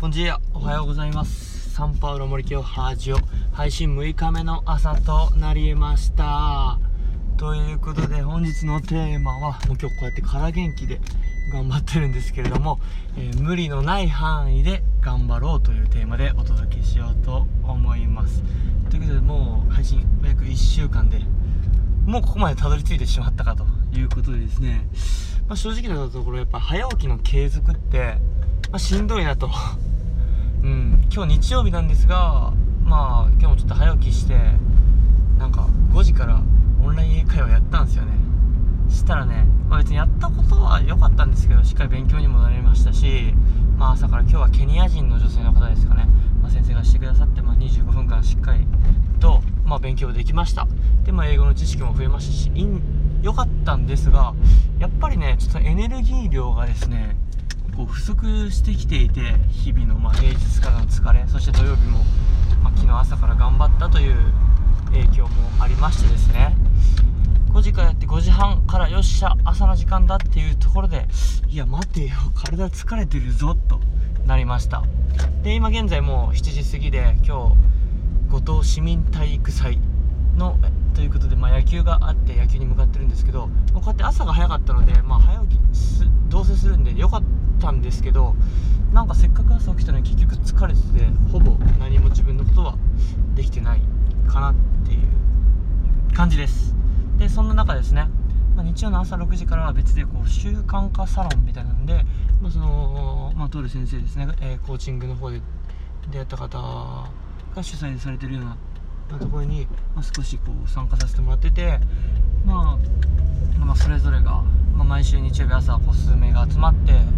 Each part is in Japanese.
こんにちは、おはようございます。サンパウロ森清ラジオ配信6日目の朝となりました。ということで本日のテーマは、もう今日こうやって空元気で頑張ってるんですけれども、無理のない範囲で頑張ろうというテーマでお届けしようと思います。ということで、もう配信約1週間でもうここまでたどり着いてしまったかということでですね、正直なところやっぱ早起きの継続って、しんどいなと今日日曜日なんですが、今日もちょっと早起きしてなんか5時からオンライン英会話やったんですよね。したらね、別にやったことは良かったんですけど、しっかり勉強にもなりましたし、朝から今日はケニア人の女性の方ですかね、先生がしてくださって、25分間しっかりと、勉強できました。で、英語の知識も増えましたし、良かったんですが、やっぱりねちょっとエネルギー量がですねこう不足してきていて、日々の平日からの疲れ、そして土曜日も、昨日朝から頑張ったという影響もありましてですね、5時からやって5時半からよっしゃ朝の時間だっていうところで、いや待てよ体疲れてるぞとなりました。で、今現在もう7時過ぎで、今日五島市民体育祭のということで、野球があって野球に向かってるんですけど、こうやって朝が早かったので、早起きどうせするんでよかったんですけど、なんかせっかく朝起きたのに結局疲れてて、ほぼ何も自分のことはできてないかなっていう感じです。で、そんな中ですね、日曜の朝6時からは別でこう習慣化サロンみたいなので、トール先生ですね、コーチングの方で出会った方が主催されてるようなところに、少しこう参加させてもらってて、それぞれが、毎週日曜日朝数名が集まって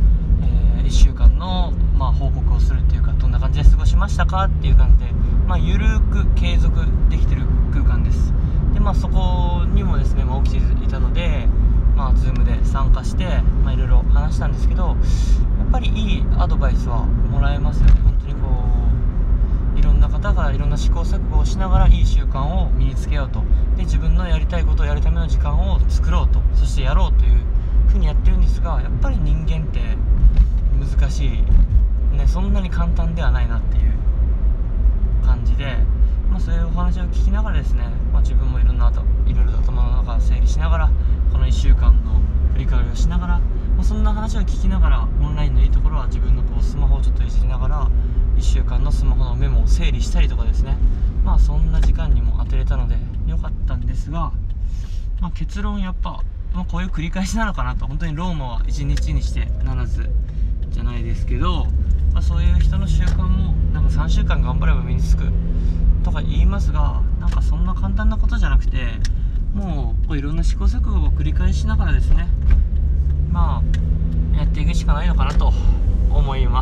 、1週間の、報告をするっていうか、どんな感じで過ごしましたかっていう感じで、ゆるく継続できてる空間です。で、そこにもですね、起きていたので、Zoom で参加して、いろいろ話したんですけど、やっぱりいいアドバイスはもらえますよね。本当にこういろんな方がいろんな試行錯誤をしながらいい習慣を身につけようと、で自分のやりたいことをやるための時間を作ろうと、そしてやろうというふうにやってるんですが、やっぱり人間って難しい、そんなに簡単ではないなっていう感じで、そういうお話を聞きながらですね、自分もいろいろと頭の中を整理しながら、この1週間の振り返りをしながら、そんな話を聞きながら、オンラインのいいところは自分のスマホをちょっといじりながら1週間のスマホのメモを整理したりとかですね、そんな時間にも当てれたので良かったんですが、結論やっぱ、こういう繰り返しなのかなと。本当にローマは1日にしてならずじゃないですけど、そういう人の習慣も3週間頑張れば身につくとか言いますが、そんな簡単なことじゃなくて、もういろんな試行錯誤を繰り返しながらですね、やっていくしかないのかなと思います。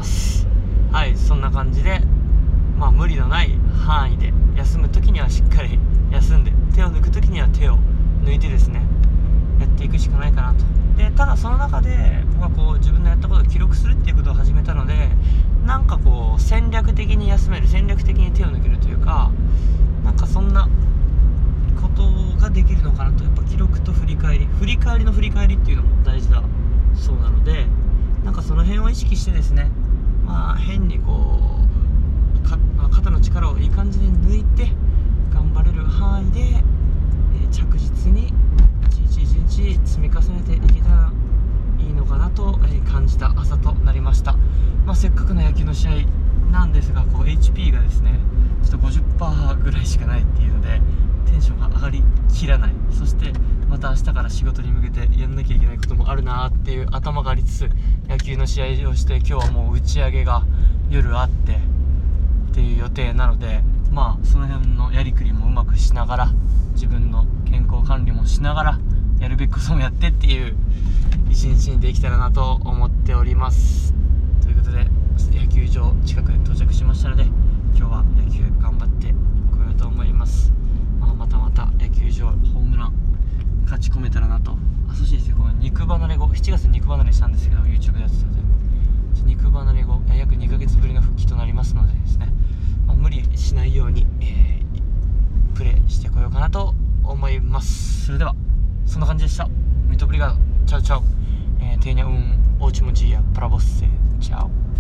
はい、そんな感じで、無理のない範囲で、休む時にはしっかり休んで、手を抜く時には手を抜いてですね、やっていくしかないかなと。で、ただその中で僕は自分のやったことを記録するっていうことを始めたので、戦略的に休める、戦略的に手を抜けるというか、そんなことができるのかなと。やっぱ記録と振り返りの振り返りっていうのも大事だそうなので、その辺を意識してですね、変に肩の力をいい感じに抜いて頑張れる範囲で、着実に一日一日積み重ねていけたらいいのかなと、感じた朝となりました。せっかくの野球の試合なんですが、HP がですねちょっと 50% ぐらいしかないっていうので、テンションが上がりきらない。そしてまた明日から仕事に向けてやんなきゃいけないこともあるなっていう頭がありつつ、野球の試合をして、今日はもう打ち上げが夜あってっていう予定なので、その辺のやりくりもうまくしながら、自分の健康管理もしながら、やるべきこともやってっていう一日にできたらなと思っております。ということで、野球場近くに到着しましたので、今日は野球頑張ってこようと思います。また野球場ホームラン勝ち込めたらなと。そしてですね、肉離れ後、7月に肉離れしたんですけど、 YouTube でやってたので、肉離れ後約2ヶ月ぶりの復帰となりますのでですね、無理しないように、プレーしてこようかなと思います。それではそんな感じでした。ミトブリガード、チャウチャウ、テーニャウン、オーチモジーヤ、プラボッセ、チャウ。